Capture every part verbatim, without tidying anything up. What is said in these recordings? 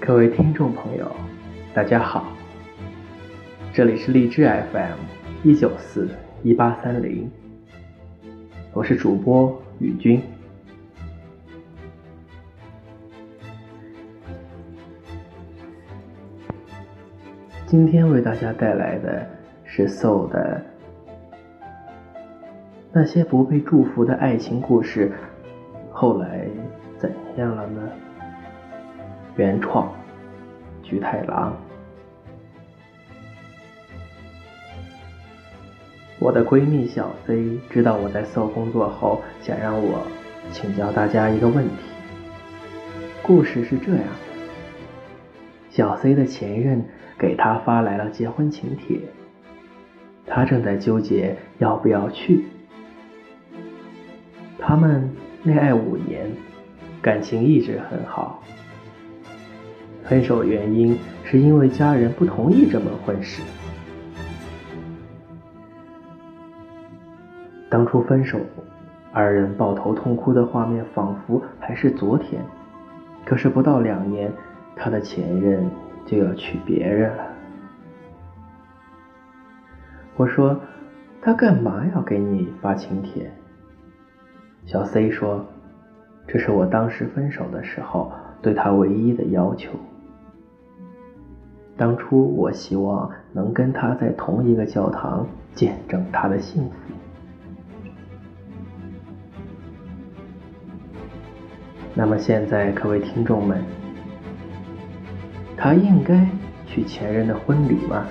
各位听众朋友，大家好，这里是荔枝 F M 一九四一八三零，我是主播宇君。今天为大家带来的是 Soul 的那些不被祝福的爱情故事，后来怎样了呢？原创菊太郎。我的闺蜜小 C 知道我在 Soul 工作后，想让我请教大家一个问题。故事是这样的，小 C 的前任给她发来了结婚请帖，她正在纠结要不要去。他们恋爱五年，感情一直很好。分手原因是因为家人不同意这门婚事。当初分手，二人抱头痛哭的画面仿佛还是昨天。可是不到两年，他的前任就要娶别人了。我说，他干嘛要给你发请帖？小 C 说，这是我当时分手的时候对他唯一的要求。当初我希望能跟他在同一个教堂见证他的幸福。那么现在各位听众们，他应该去前任的婚礼吗？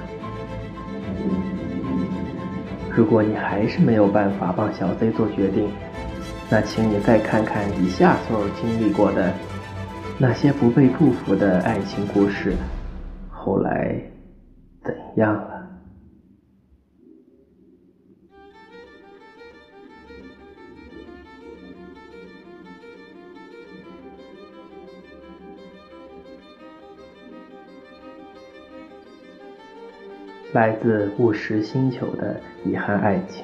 如果你还是没有办法帮小 Z 做决定，那请你再看看以下所有经历过的那些不被祝福的爱情故事，后来怎样了？来自务实星球的遗憾爱情。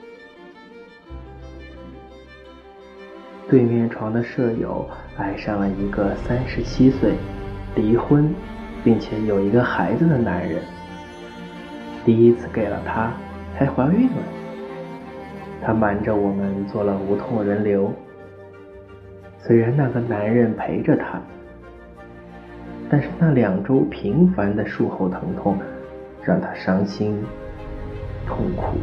对面床的舍友爱上了一个三十七岁、离婚并且有一个孩子的男人。第一次给了他，还怀孕了。他瞒着我们做了无痛人流。虽然那个男人陪着他，但是那两周频繁的术后疼痛让他伤心痛苦。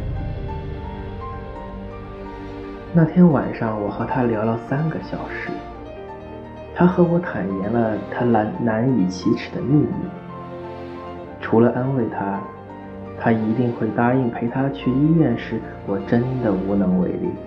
那天晚上我和他聊了三个小时，他和我坦言了他难难以启齿的秘密。除了安慰他他一定会答应陪他去医院时，我真的无能为力。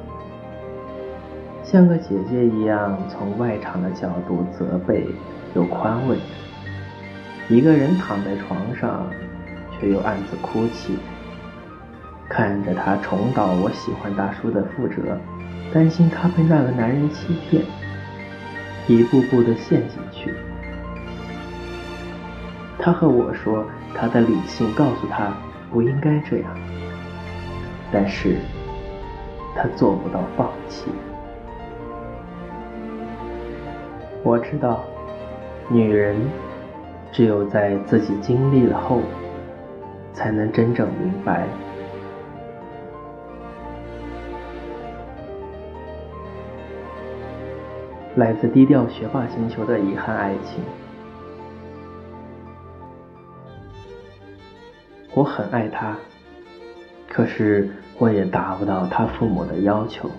像个姐姐一样从外场的角度责备又宽慰，一个人躺在床上却又暗自哭泣，看着他重蹈我喜欢大叔的覆辙，担心他被那个男人欺骗，一步步地陷进去。他和我说，他的理性告诉他不应该这样，但是他做不到放弃。我知道，女人只有在自己经历了后，才能真正明白，来自低调学霸星球的遗憾爱情。我很爱他，可是我也达不到他父母的要求。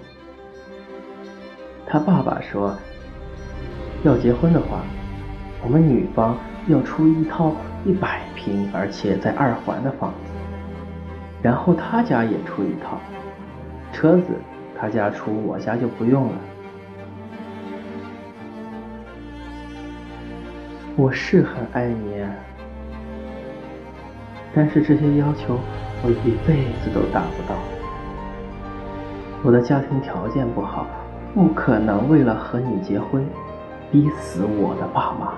他爸爸说，要结婚的话，我们女方要出一套一百平而且在二环的房子，然后他家也出一套，车子他家出，我家就不用了。我是很爱你啊，但是这些要求我一辈子都达不到。我的家庭条件不好，不可能为了和你结婚逼死我的爸妈。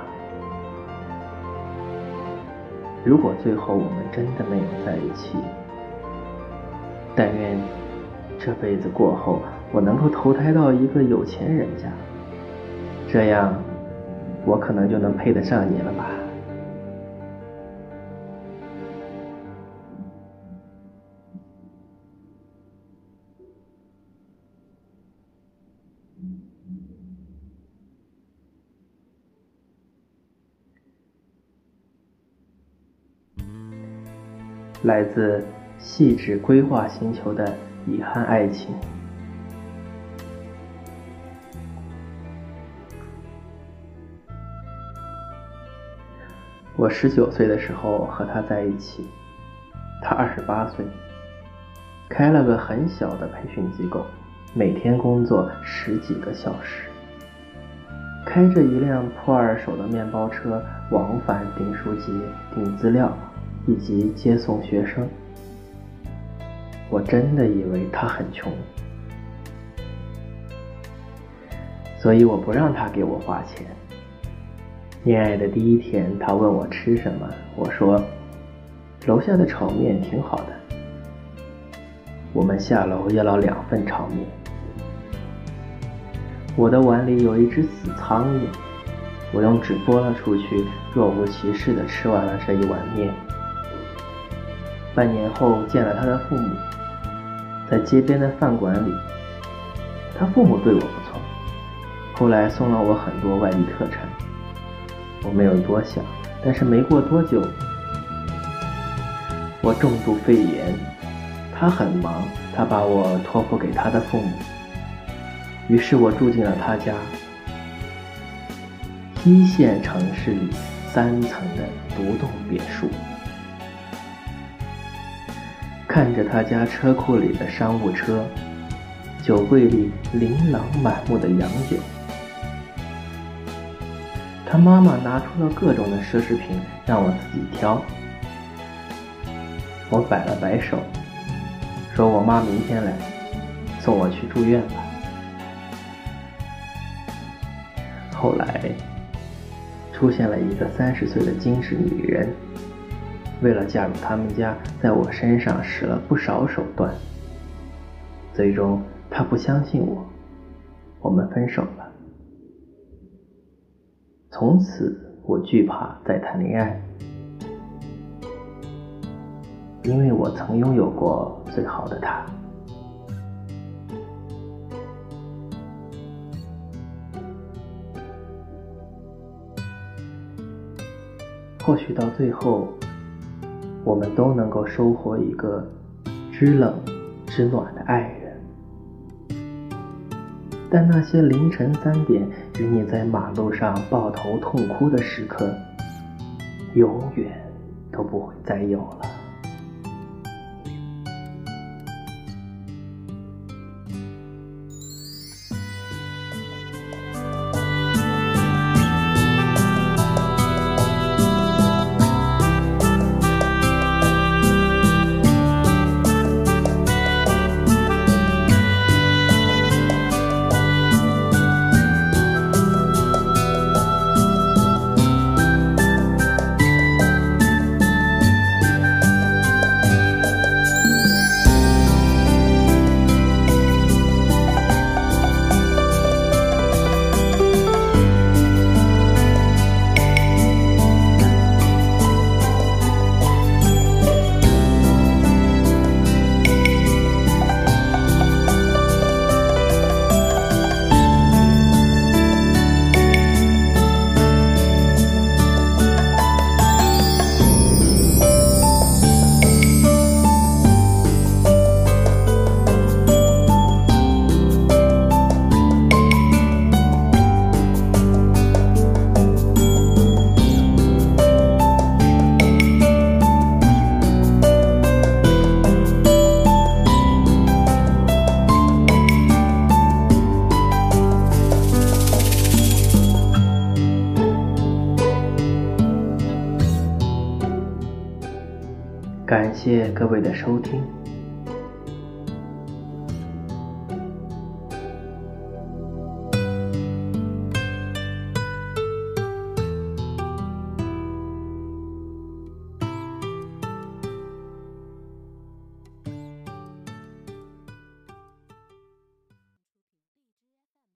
如果最后我们真的没有在一起，但愿这辈子过后我能够投胎到一个有钱人家，这样我可能就能配得上你了吧。来自细致规划星球的遗憾爱情。我十九岁的时候和他在一起，他二十八岁，开了个很小的培训机构，每天工作十几个小时，开着一辆破二手的面包车，往返订书节、订资料以及接送学生。我真的以为他很穷，所以我不让他给我花钱。恋爱的第一天，他问我吃什么，我说楼下的炒面挺好的。我们下楼要了两份炒面。我的碗里有一只死苍蝇，我用纸拨了出去，若无其事地吃完了这一碗面。半年后见了他的父母，在街边的饭馆里，他父母对我不错，后来送了我很多外地特产。我没有多想，但是没过多久，我重度肺炎，他很忙，他把我托付给他的父母，于是我住进了他家，一线城市里三层的独栋别墅。看着他家车库里的商务车，酒柜里琳琅满目的洋酒，他妈妈拿出了各种的奢侈品让我自己挑。我摆了摆手，说我妈明天来，送我去住院吧。后来出现了一个三十岁的精致女人，为了嫁入他们家，在我身上使了不少手段。最终她不相信我，我们分手了。从此我惧怕再谈恋爱，因为我曾拥有过最好的他。或许到最后，我们都能够收获一个知冷知暖的爱人，但那些凌晨三点与你在马路上抱头痛哭的时刻，永远都不会再有了。感谢各位的收听。